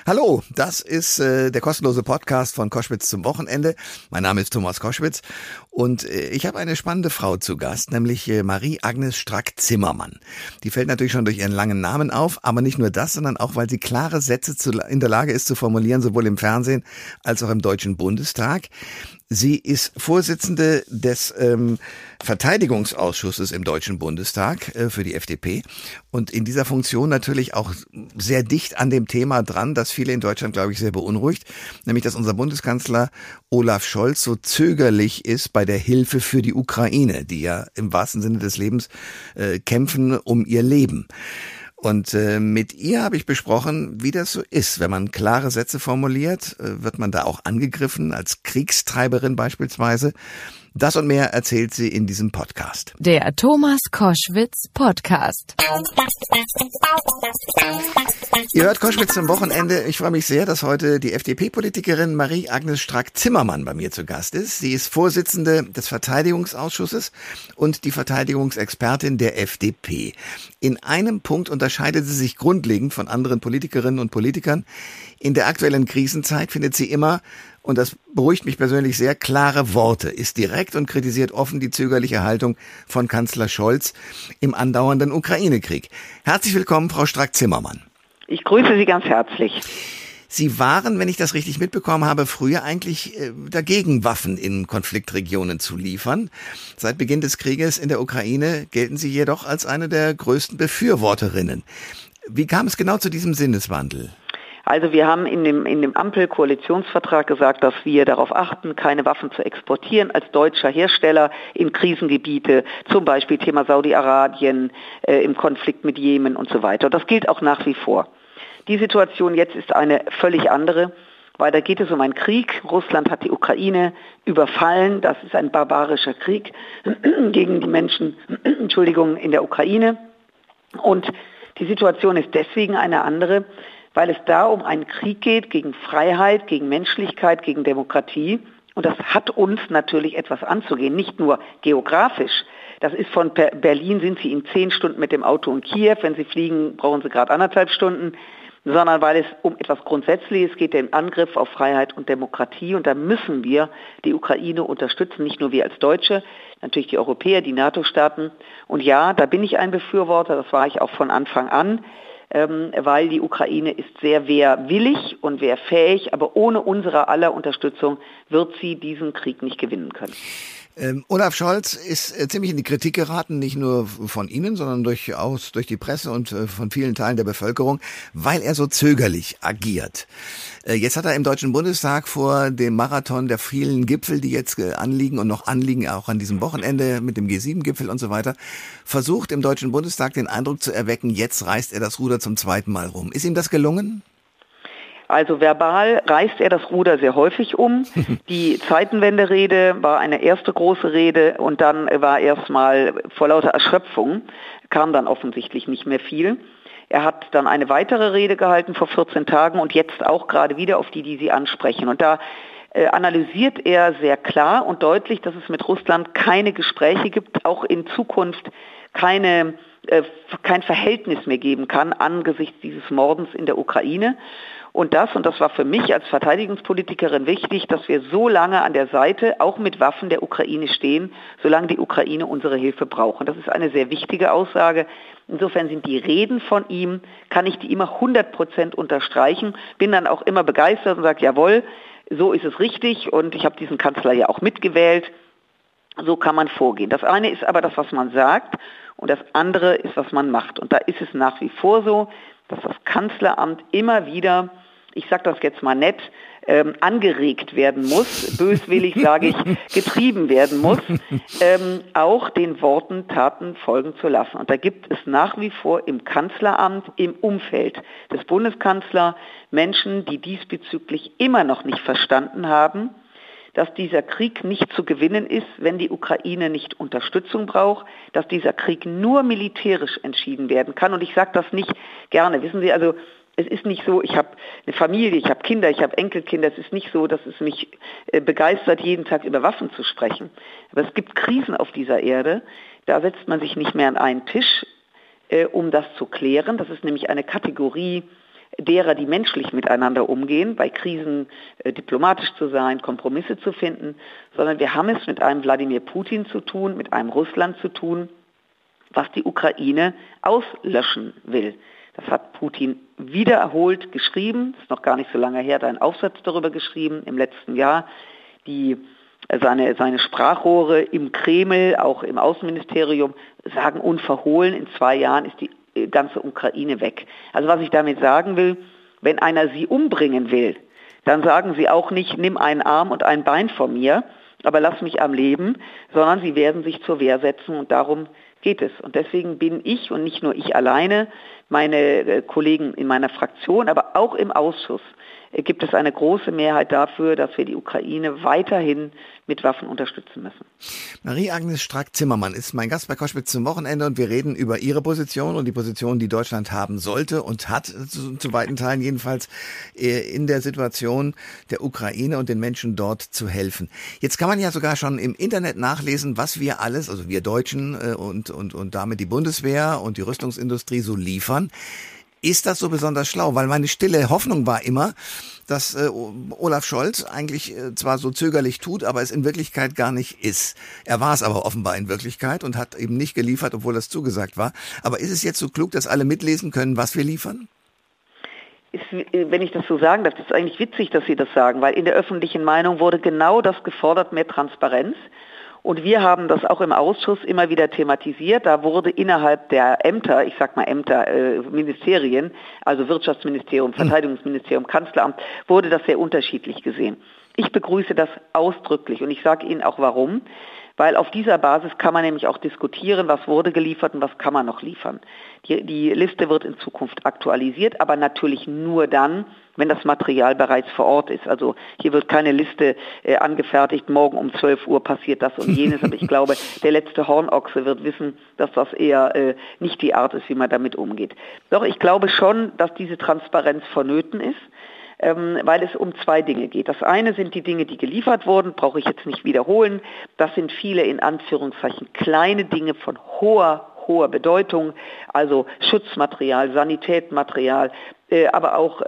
Hallo, das ist der kostenlose Podcast von Koschwitz zum Wochenende. Mein Name ist Thomas Koschwitz und ich habe eine spannende Frau zu Gast, nämlich Marie-Agnes Strack-Zimmermann. Die fällt natürlich schon durch ihren langen Namen auf, aber nicht nur das, sondern auch, weil sie klare Sätze in der Lage ist zu formulieren, sowohl im Fernsehen als auch im Deutschen Bundestag. Sie ist Vorsitzende des Verteidigungsausschusses im Deutschen Bundestag für die FDP und in dieser Funktion natürlich auch sehr dicht an dem Thema dran, das viele in Deutschland, glaube ich, sehr beunruhigt, nämlich dass unser Bundeskanzler Olaf Scholz so zögerlich ist bei der Hilfe für die Ukraine, die ja im wahrsten Sinne des Lebens kämpfen um ihr Leben. Und mit ihr habe ich besprochen, wie das so ist. Wenn man klare Sätze formuliert, wird man da auch angegriffen, als Kriegstreiberin beispielsweise. Das und mehr erzählt sie in diesem Podcast. Der Thomas Koschwitz Podcast. Ihr hört Koschwitz zum Wochenende. Ich freue mich sehr, dass heute die FDP-Politikerin Marie-Agnes Strack-Zimmermann bei mir zu Gast ist. Sie ist Vorsitzende des Verteidigungsausschusses und die Verteidigungsexpertin der FDP. In einem Punkt unterscheidet sie sich grundlegend von anderen Politikerinnen und Politikern. In der aktuellen Krisenzeit findet sie immer, und das beruhigt mich persönlich sehr, klare Worte, ist direkt und kritisiert offen die zögerliche Haltung von Kanzler Scholz im andauernden Ukraine-Krieg. Herzlich willkommen, Frau Strack-Zimmermann. Ich grüße Sie ganz herzlich. Sie waren, wenn ich das richtig mitbekommen habe, früher eigentlich dagegen, Waffen in Konfliktregionen zu liefern. Seit Beginn des Krieges in der Ukraine gelten Sie jedoch als eine der größten Befürworterinnen. Wie kam es genau zu diesem Sinneswandel? Also wir haben in dem Ampel-Koalitionsvertrag gesagt, dass wir darauf achten, keine Waffen zu exportieren als deutscher Hersteller in Krisengebiete, zum Beispiel Thema Saudi-Arabien, im Konflikt mit Jemen und so weiter. Das gilt auch nach wie vor. Die Situation jetzt ist eine völlig andere, weil da geht es um einen Krieg. Russland hat die Ukraine überfallen. Das ist ein barbarischer Krieg gegen die Menschen, in der Ukraine. Und die Situation ist deswegen eine andere, weil es da um einen Krieg geht gegen Freiheit, gegen Menschlichkeit, gegen Demokratie. Und das hat uns natürlich etwas anzugehen, nicht nur geografisch. Das ist von Berlin, sind Sie in 10 Stunden mit dem Auto in Kiew. Wenn Sie fliegen, brauchen Sie gerade 1,5 Stunden. Sondern weil es um etwas Grundsätzliches geht, den Angriff auf Freiheit und Demokratie. Und da müssen wir die Ukraine unterstützen, nicht nur wir als Deutsche, natürlich die Europäer, die NATO-Staaten. Und ja, da bin ich ein Befürworter, das war ich auch von Anfang an. Weil die Ukraine ist sehr wehrwillig und wehrfähig, aber ohne unsere aller Unterstützung wird sie diesen Krieg nicht gewinnen können. Olaf Scholz ist ziemlich in die Kritik geraten, nicht nur von Ihnen, sondern durchaus durch die Presse und von vielen Teilen der Bevölkerung, weil er so zögerlich agiert. Jetzt hat er im Deutschen Bundestag vor dem Marathon der vielen Gipfel, die jetzt anliegen und noch anliegen, auch an diesem Wochenende mit dem G7-Gipfel und so weiter, versucht im Deutschen Bundestag den Eindruck zu erwecken, jetzt reißt er das Ruder zum zweiten Mal rum. Ist ihm das gelungen? Also verbal reißt er das Ruder sehr häufig um. Die Zeitenwende-Rede war eine erste große Rede und dann war erstmal vor lauter Erschöpfung, kam dann offensichtlich nicht mehr viel. Er hat dann eine weitere Rede gehalten vor 14 Tagen und jetzt auch gerade wieder auf die Sie ansprechen. Und da analysiert er sehr klar und deutlich, dass es mit Russland keine Gespräche gibt, auch in Zukunft kein Verhältnis mehr geben kann angesichts dieses Mordens in der Ukraine. Und das war für mich als Verteidigungspolitikerin wichtig, dass wir so lange an der Seite, auch mit Waffen der Ukraine stehen, solange die Ukraine unsere Hilfe braucht. Und das ist eine sehr wichtige Aussage. Insofern sind die Reden von ihm, kann ich die immer 100% unterstreichen, bin dann auch immer begeistert und sage, jawohl, so ist es richtig und ich habe diesen Kanzler ja auch mitgewählt. So kann man vorgehen. Das eine ist aber das, was man sagt und das andere ist, was man macht. Und da ist es nach wie vor so, dass das Kanzleramt immer wieder, ich sage das jetzt mal nett, angeregt werden muss, böswillig sage ich, getrieben werden muss, auch den Worten Taten folgen zu lassen. Und da gibt es nach wie vor im Kanzleramt, im Umfeld des Bundeskanzlers Menschen, die diesbezüglich immer noch nicht verstanden haben, dass dieser Krieg nicht zu gewinnen ist, wenn die Ukraine nicht Unterstützung braucht, dass dieser Krieg nur militärisch entschieden werden kann. Und ich sage das nicht gerne. Wissen Sie, also es ist nicht so, ich habe eine Familie, ich habe Kinder, ich habe Enkelkinder. Es ist nicht so, dass es mich begeistert, jeden Tag über Waffen zu sprechen. Aber es gibt Krisen auf dieser Erde. Da setzt man sich nicht mehr an einen Tisch, um das zu klären. Das ist nämlich eine Kategorie derer, die menschlich miteinander umgehen, bei Krisen diplomatisch zu sein, Kompromisse zu finden, sondern wir haben es mit einem Wladimir Putin zu tun, mit einem Russland zu tun, was die Ukraine auslöschen will. Das hat Putin wiederholt geschrieben, das ist noch gar nicht so lange her, hat einen Aufsatz darüber geschrieben im letzten Jahr. Seine Sprachrohre im Kreml, auch im Außenministerium, sagen unverhohlen, in 2 Jahren ist die ganze Ukraine weg. Also was ich damit sagen will, wenn einer sie umbringen will, dann sagen sie auch nicht, nimm einen Arm und ein Bein von mir, aber lass mich am Leben, sondern sie werden sich zur Wehr setzen und darum geht es. Und deswegen bin ich und nicht nur ich alleine, meine Kollegen in meiner Fraktion, aber auch im Ausschuss gibt es eine große Mehrheit dafür, dass wir die Ukraine weiterhin mit Waffen unterstützen müssen. Marie-Agnes Strack-Zimmermann ist mein Gast bei Koschwitz zum Wochenende und wir reden über ihre Position und die Position, die Deutschland haben sollte und hat, zu weiten Teilen jedenfalls, in der Situation der Ukraine und den Menschen dort zu helfen. Jetzt kann man ja sogar schon im Internet nachlesen, was wir alles, also wir Deutschen und damit die Bundeswehr und die Rüstungsindustrie so liefern. Ist das so besonders schlau? Weil meine stille Hoffnung war immer, dass Olaf Scholz eigentlich zwar so zögerlich tut, aber es in Wirklichkeit gar nicht ist. Er war es aber offenbar in Wirklichkeit und hat eben nicht geliefert, obwohl das zugesagt war. Aber ist es jetzt so klug, dass alle mitlesen können, was wir liefern? Wenn ich das so sagen darf, das ist eigentlich witzig, dass Sie das sagen, weil in der öffentlichen Meinung wurde genau das gefordert, mehr Transparenz. Und wir haben das auch im Ausschuss immer wieder thematisiert. Da wurde innerhalb der Ämter, ich sag mal Ämter, Ministerien, also Wirtschaftsministerium, Verteidigungsministerium, Kanzleramt, wurde das sehr unterschiedlich gesehen. Ich begrüße das ausdrücklich und ich sage Ihnen auch warum. Weil auf dieser Basis kann man nämlich auch diskutieren, was wurde geliefert und was kann man noch liefern. Die Liste wird in Zukunft aktualisiert, aber natürlich nur dann, wenn das Material bereits vor Ort ist. Also hier wird keine Liste angefertigt, morgen um 12 Uhr passiert das und jenes. Aber ich glaube, der letzte Hornochse wird wissen, dass das eher nicht die Art ist, wie man damit umgeht. Doch ich glaube schon, dass diese Transparenz vonnöten ist. Weil es um 2 Dinge geht. Das eine sind die Dinge, die geliefert wurden, brauche ich jetzt nicht wiederholen. Das sind viele in Anführungszeichen kleine Dinge von hoher Bedeutung, also Schutzmaterial, Sanitätsmaterial, aber auch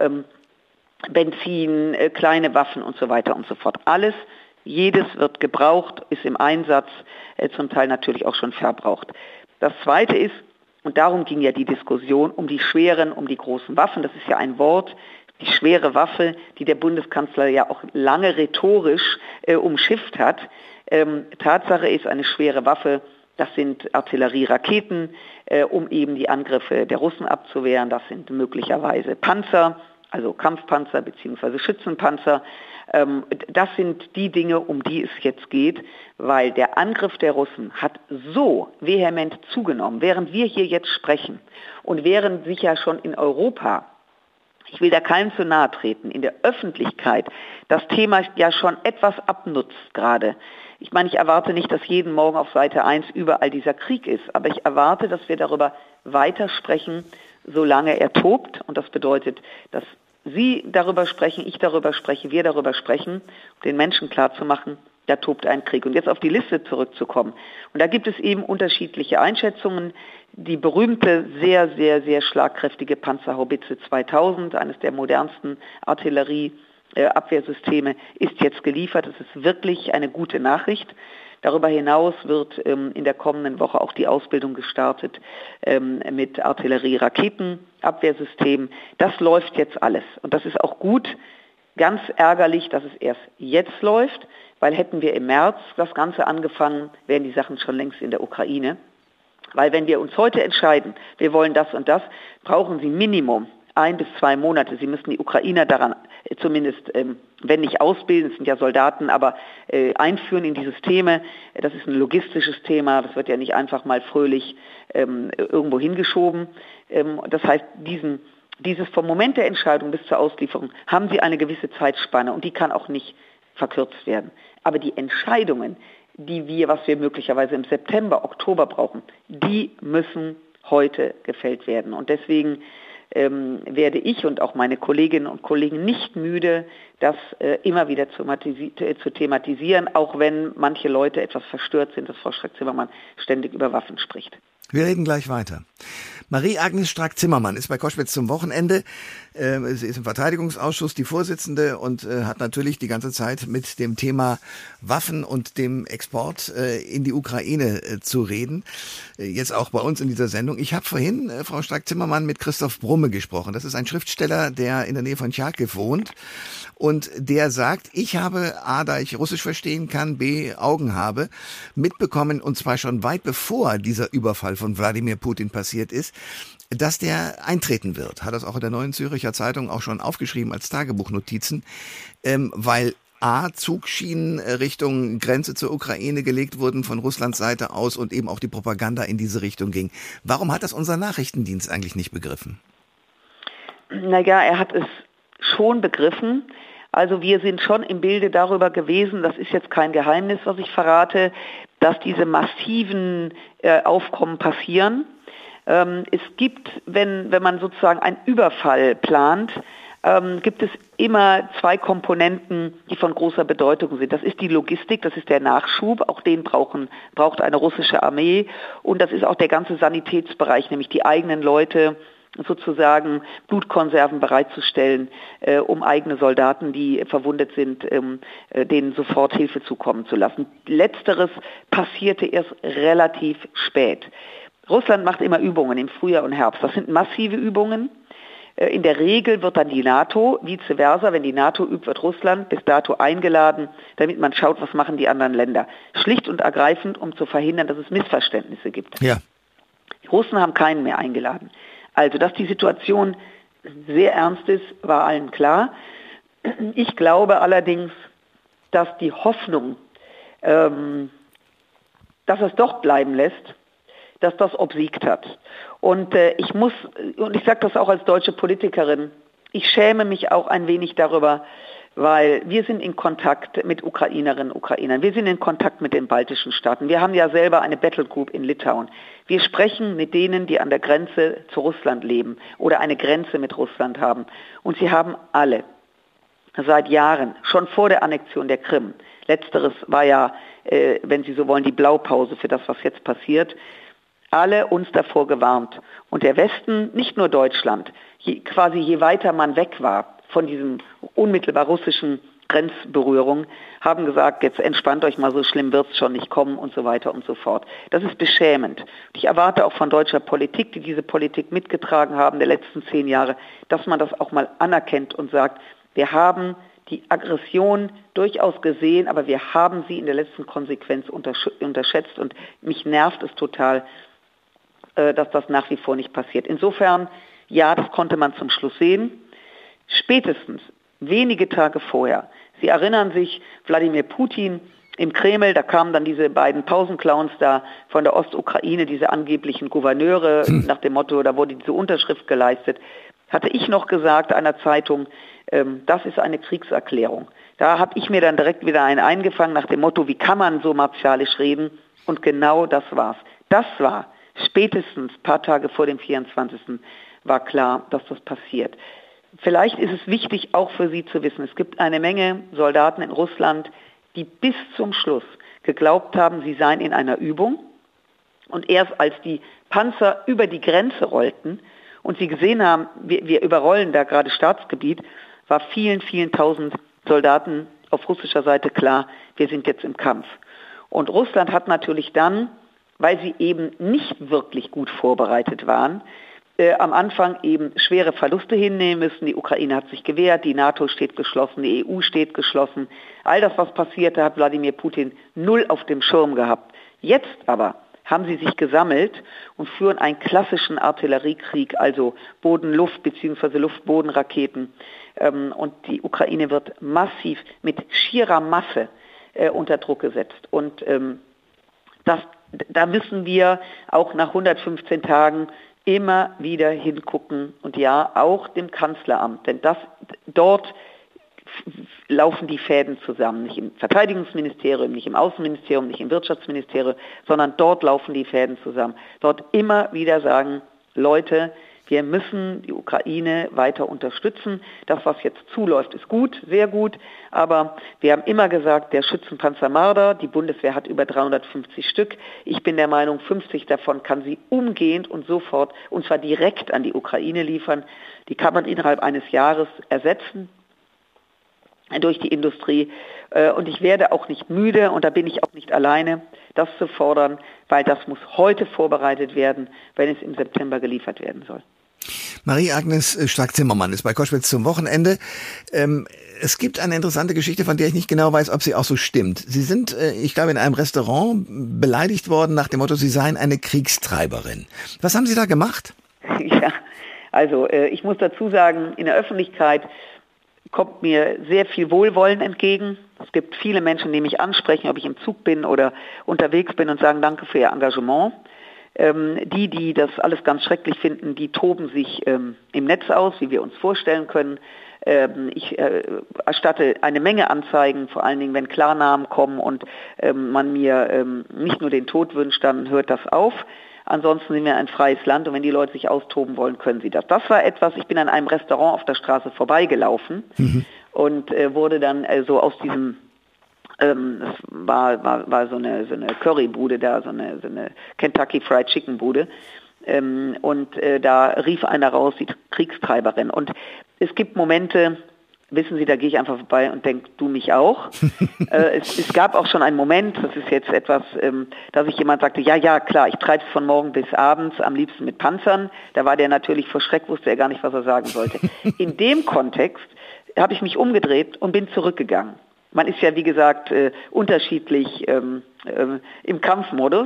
Benzin, kleine Waffen und so weiter und so fort. Alles, jedes wird gebraucht, ist im Einsatz, zum Teil natürlich auch schon verbraucht. Das zweite ist, und darum ging ja die Diskussion, um die schweren, um die großen Waffen, das ist ja ein Wort, die schwere Waffe, die der Bundeskanzler ja auch lange rhetorisch umschifft hat. Tatsache ist, eine schwere Waffe, das sind Artillerieraketen, um eben die Angriffe der Russen abzuwehren. Das sind möglicherweise Panzer, also Kampfpanzer bzw. Schützenpanzer. Das sind die Dinge, um die es jetzt geht, weil der Angriff der Russen hat so vehement zugenommen, während wir hier jetzt sprechen und während sich ja schon in Europa, ich will da keinem zu nahe treten, in der Öffentlichkeit das Thema ja schon etwas abnutzt gerade. Ich meine, ich erwarte nicht, dass jeden Morgen auf Seite 1 überall dieser Krieg ist, aber ich erwarte, dass wir darüber weitersprechen, solange er tobt. Und das bedeutet, dass Sie darüber sprechen, ich darüber spreche, wir darüber sprechen, um den Menschen klarzumachen, da tobt ein Krieg. Und jetzt auf die Liste zurückzukommen. Und da gibt es eben unterschiedliche Einschätzungen. Die berühmte, sehr schlagkräftige Panzerhaubitze 2000, eines der modernsten Artillerieabwehrsysteme, ist jetzt geliefert. Es ist wirklich eine gute Nachricht. Darüber hinaus wird in der kommenden Woche auch die Ausbildung gestartet mit Artillerie-Raketenabwehrsystemen. Das läuft jetzt alles. Und das ist auch gut. Ganz ärgerlich, dass es erst jetzt läuft, weil hätten wir im März das Ganze angefangen, wären die Sachen schon längst in der Ukraine. Weil wenn wir uns heute entscheiden, wir wollen das und das, brauchen Sie Minimum 1 bis 2 Monate. Sie müssen die Ukrainer daran zumindest, wenn nicht ausbilden, es sind ja Soldaten, aber einführen in die Systeme. Das ist ein logistisches Thema, das wird ja nicht einfach mal fröhlich irgendwo hingeschoben. Das heißt, dieses vom Moment der Entscheidung bis zur Auslieferung haben Sie eine gewisse Zeitspanne und die kann auch nicht verkürzt werden. Aber die Entscheidungen, was wir möglicherweise im September, Oktober brauchen, die müssen heute gefällt werden. Und deswegen werde ich und auch meine Kolleginnen und Kollegen nicht müde, das immer wieder zu thematisieren, auch wenn manche Leute etwas verstört sind, dass Frau Strack-Zimmermann ständig über Waffen spricht. Wir reden gleich weiter. Marie-Agnes Strack-Zimmermann ist bei Koschwitz zum Wochenende. Sie ist im Verteidigungsausschuss die Vorsitzende und hat natürlich die ganze Zeit mit dem Thema Waffen und dem Export in die Ukraine zu reden. Jetzt auch bei uns in dieser Sendung. Ich habe vorhin, Frau Strack-Zimmermann, mit Christoph Brumme gesprochen. Das ist ein Schriftsteller, der in der Nähe von Charkiw wohnt. Und der sagt, ich habe, A, da ich Russisch verstehen kann, B, Augen habe, mitbekommen, und zwar schon weit bevor dieser Überfall von Wladimir Putin passiert ist, dass der eintreten wird. Hat das auch in der Neuen Zürcher Zeitung auch schon aufgeschrieben als Tagebuchnotizen, weil A, Zugschienen Richtung Grenze zur Ukraine gelegt wurden von Russlands Seite aus und eben auch die Propaganda in diese Richtung ging. Warum hat das unser Nachrichtendienst eigentlich nicht begriffen? Naja, er hat es schon begriffen. Also wir sind schon im Bilde darüber gewesen, das ist jetzt kein Geheimnis, was ich verrate, dass diese massiven Aufkommen passieren. Es gibt, wenn man sozusagen einen Überfall plant, gibt es immer zwei Komponenten, die von großer Bedeutung sind. Das ist die Logistik, das ist der Nachschub, auch den braucht eine russische Armee, und das ist auch der ganze Sanitätsbereich, nämlich die eigenen Leute sozusagen Blutkonserven bereitzustellen, um eigene Soldaten, die verwundet sind, denen sofort Hilfe zukommen zu lassen. Letzteres passierte erst relativ spät. Russland macht immer Übungen im Frühjahr und Herbst. Das sind massive Übungen. In der Regel wird dann die NATO, vice versa, wenn die NATO übt, wird Russland bis dato eingeladen, damit man schaut, was machen die anderen Länder. Schlicht und ergreifend, um zu verhindern, dass es Missverständnisse gibt. Ja. Die Russen haben keinen mehr eingeladen. Also, dass die Situation sehr ernst ist, war allen klar. Ich glaube allerdings, dass die Hoffnung, dass es doch bleiben lässt, dass das obsiegt hat. Und ich sage das auch als deutsche Politikerin, ich schäme mich auch ein wenig darüber, weil wir sind in Kontakt mit Ukrainerinnen und Ukrainern, wir sind in Kontakt mit den baltischen Staaten, wir haben ja selber eine Battlegroup in Litauen. Wir sprechen mit denen, die an der Grenze zu Russland leben oder eine Grenze mit Russland haben. Und sie haben alle seit Jahren, schon vor der Annexion der Krim, letzteres war ja, wenn Sie so wollen, die Blaupause für das, was jetzt passiert, alle uns davor gewarnt. Und der Westen, nicht nur Deutschland, je weiter man weg war von diesem unmittelbar russischen Grenzberührung, haben gesagt, jetzt entspannt euch mal, so schlimm wird's schon nicht kommen und so weiter und so fort. Das ist beschämend. Ich erwarte auch von deutscher Politik, die diese Politik mitgetragen haben der letzten 10 Jahre, dass man das auch mal anerkennt und sagt, wir haben die Aggression durchaus gesehen, aber wir haben sie in der letzten Konsequenz unterschätzt, und mich nervt es total, dass das nach wie vor nicht passiert. Insofern, ja, das konnte man zum Schluss sehen. Spätestens wenige Tage vorher, Sie erinnern sich, Wladimir Putin im Kreml, da kamen dann diese beiden Pausenclowns da von der Ostukraine, diese angeblichen Gouverneure, nach dem Motto, da wurde diese Unterschrift geleistet, hatte ich noch gesagt einer Zeitung, das ist eine Kriegserklärung. Da habe ich mir dann direkt wieder einen eingefangen nach dem Motto, wie kann man so martialisch reden? Und genau das war's. Das war spätestens ein paar Tage vor dem 24. war klar, dass das passiert. Vielleicht ist es wichtig, auch für Sie zu wissen, es gibt eine Menge Soldaten in Russland, die bis zum Schluss geglaubt haben, sie seien in einer Übung. Und erst als die Panzer über die Grenze rollten und sie gesehen haben, wir überrollen da gerade Staatsgebiet, war vielen, vielen tausend Soldaten auf russischer Seite klar, wir sind jetzt im Kampf. Und Russland hat natürlich dann, weil sie eben nicht wirklich gut vorbereitet waren, am Anfang eben schwere Verluste hinnehmen müssen. Die Ukraine hat sich gewehrt, die NATO steht geschlossen, die EU steht geschlossen. All das, was passierte, hat Wladimir Putin null auf dem Schirm gehabt. Jetzt aber haben sie sich gesammelt und führen einen klassischen Artilleriekrieg, also Boden-Luft- bzw. Luft-Boden-Raketen. Und die Ukraine wird massiv mit schierer Masse unter Druck gesetzt. Und da müssen wir auch nach 115 Tagen immer wieder hingucken, und ja, auch dem Kanzleramt, denn dort laufen die Fäden zusammen, nicht im Verteidigungsministerium, nicht im Außenministerium, nicht im Wirtschaftsministerium, sondern dort laufen die Fäden zusammen. Dort immer wieder sagen, Leute, Wir müssen die Ukraine weiter unterstützen. Das, was jetzt zuläuft, ist gut, sehr gut. Aber wir haben immer gesagt, der Schützenpanzer Marder, die Bundeswehr hat über 350 Stück. Ich bin der Meinung, 50 davon kann sie umgehend und sofort, und zwar direkt an die Ukraine liefern. Die kann man innerhalb eines Jahres ersetzen durch die Industrie. Und ich werde auch nicht müde, und da bin ich auch nicht alleine, das zu fordern, weil das muss heute vorbereitet werden, wenn es im September geliefert werden soll. Marie-Agnes Strack-Zimmermann ist bei Koschwitz zum Wochenende. Es gibt eine interessante Geschichte, von der ich nicht genau weiß, ob sie auch so stimmt. Sie sind, ich glaube, in einem Restaurant beleidigt worden nach dem Motto, Sie seien eine Kriegstreiberin. Was haben Sie da gemacht? Ja, also ich muss dazu sagen, in der Öffentlichkeit kommt mir sehr viel Wohlwollen entgegen. Es gibt viele Menschen, die mich ansprechen, ob ich im Zug bin oder unterwegs bin, und sagen, danke für Ihr Engagement. Die das alles ganz schrecklich finden, die toben sich im Netz aus, wie wir uns vorstellen können. Ich erstatte eine Menge Anzeigen, vor allen Dingen, wenn Klarnamen kommen und man mir nicht nur den Tod wünscht, dann hört das auf. Ansonsten sind wir ein freies Land, und wenn die Leute sich austoben wollen, können sie das. Das war etwas, ich bin an einem Restaurant auf der Straße vorbeigelaufen und wurde dann so aus diesem es war so eine Currybude da, so eine Kentucky Fried Chicken Bude. Und da rief einer raus, die Kriegstreiberin. Und es gibt Momente, wissen Sie, da gehe ich einfach vorbei und denke, du mich auch. Es gab auch schon einen Moment, das ist jetzt etwas, dass sich jemand sagte, ja, klar, ich treibe es von morgen bis abends, am liebsten mit Panzern. Da war der natürlich vor Schreck, wusste er gar nicht, was er sagen sollte. In dem Kontext habe ich mich umgedreht und bin zurückgegangen. Man ist ja, wie gesagt, unterschiedlich im Kampfmodus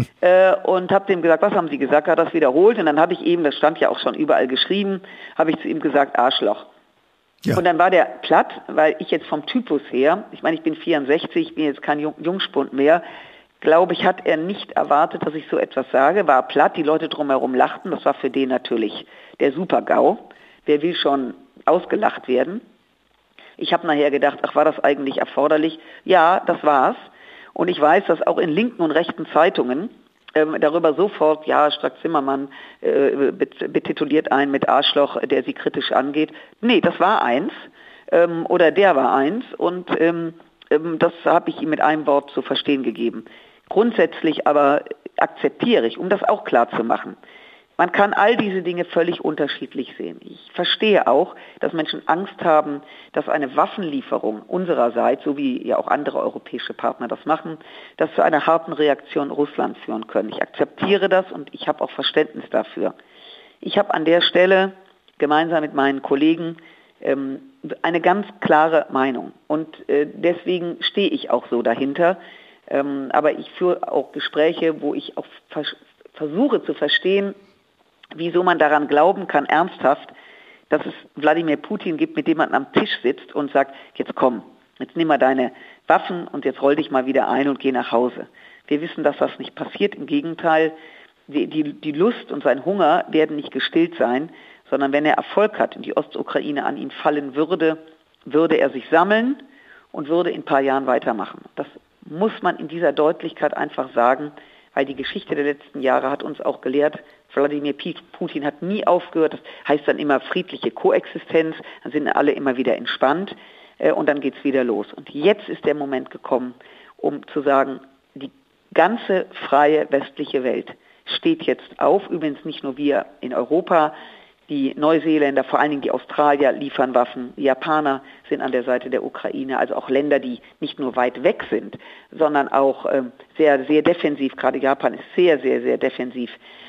und habe dem gesagt, was haben Sie gesagt? Er hat das wiederholt, und dann habe ich eben, das stand ja auch schon überall geschrieben, habe ich zu ihm gesagt, Arschloch. Ja. Und dann war der platt, weil ich jetzt vom Typus her, ich meine, ich bin 64, ich bin jetzt kein Jungspund mehr, glaube ich, hat er nicht erwartet, dass ich so etwas sage, war platt, die Leute drumherum lachten, das war für den natürlich der Super-GAU, wer will schon ausgelacht werden. Ich habe nachher gedacht, ach, war das eigentlich erforderlich? Ja, das war's. Und ich weiß, dass auch in linken und rechten Zeitungen darüber sofort, ja, Strack-Zimmermann betituliert einen mit Arschloch, der sie kritisch angeht. Nee, das war eins oder der war eins, und das habe ich ihm mit einem Wort zu verstehen gegeben. Grundsätzlich aber akzeptiere ich, um das auch klar zu machen, man kann all diese Dinge völlig unterschiedlich sehen. Ich verstehe auch, dass Menschen Angst haben, dass eine Waffenlieferung unsererseits, so wie ja auch andere europäische Partner das machen, dass zu einer harten Reaktion Russlands führen können. Ich akzeptiere das und ich habe auch Verständnis dafür. Ich habe an der Stelle gemeinsam mit meinen Kollegen eine ganz klare Meinung, und deswegen stehe ich auch so dahinter. Aber ich führe auch Gespräche, wo ich auch versuche zu verstehen, wieso man daran glauben kann, ernsthaft, dass es Wladimir Putin gibt, mit dem man am Tisch sitzt und sagt, jetzt komm, jetzt nimm mal deine Waffen und jetzt roll dich mal wieder ein und geh nach Hause. Wir wissen, dass das nicht passiert. Im Gegenteil, die Lust und sein Hunger werden nicht gestillt sein, sondern wenn er Erfolg hat und die Ostukraine an ihn fallen würde, würde er sich sammeln und würde in ein paar Jahren weitermachen. Das muss man in dieser Deutlichkeit einfach sagen, weil die Geschichte der letzten Jahre hat uns auch gelehrt, Wladimir Putin hat nie aufgehört, das heißt dann immer friedliche Koexistenz, dann sind alle immer wieder entspannt und dann geht's wieder los. Und jetzt ist der Moment gekommen, um zu sagen, die ganze freie westliche Welt steht jetzt auf, übrigens nicht nur wir in Europa, die Neuseeländer, vor allen Dingen die Australier liefern Waffen, die Japaner sind an der Seite der Ukraine, also auch Länder, die nicht nur weit weg sind, sondern auch sehr, sehr defensiv, gerade Japan ist sehr, sehr, sehr defensiv,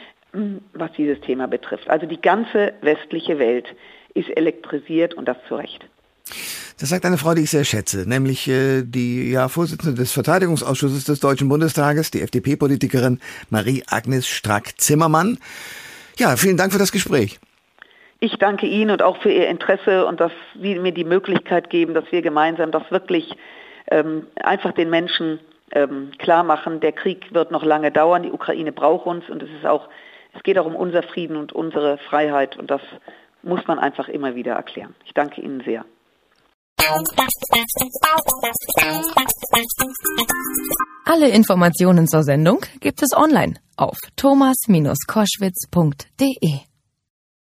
was dieses Thema betrifft. Also die ganze westliche Welt ist elektrisiert, und das zu Recht. Das sagt eine Frau, die ich sehr schätze, nämlich die Vorsitzende des Verteidigungsausschusses des Deutschen Bundestages, die FDP-Politikerin Marie-Agnes Strack-Zimmermann. Ja, vielen Dank für das Gespräch. Ich danke Ihnen und auch für Ihr Interesse und dass Sie mir die Möglichkeit geben, dass wir gemeinsam das wirklich einfach den Menschen klar machen. Der Krieg wird noch lange dauern, die Ukraine braucht uns, und es geht auch um unser Frieden und unsere Freiheit, und das muss man einfach immer wieder erklären. Ich danke Ihnen sehr. Alle Informationen zur Sendung gibt es online auf thomas-koschwitz.de.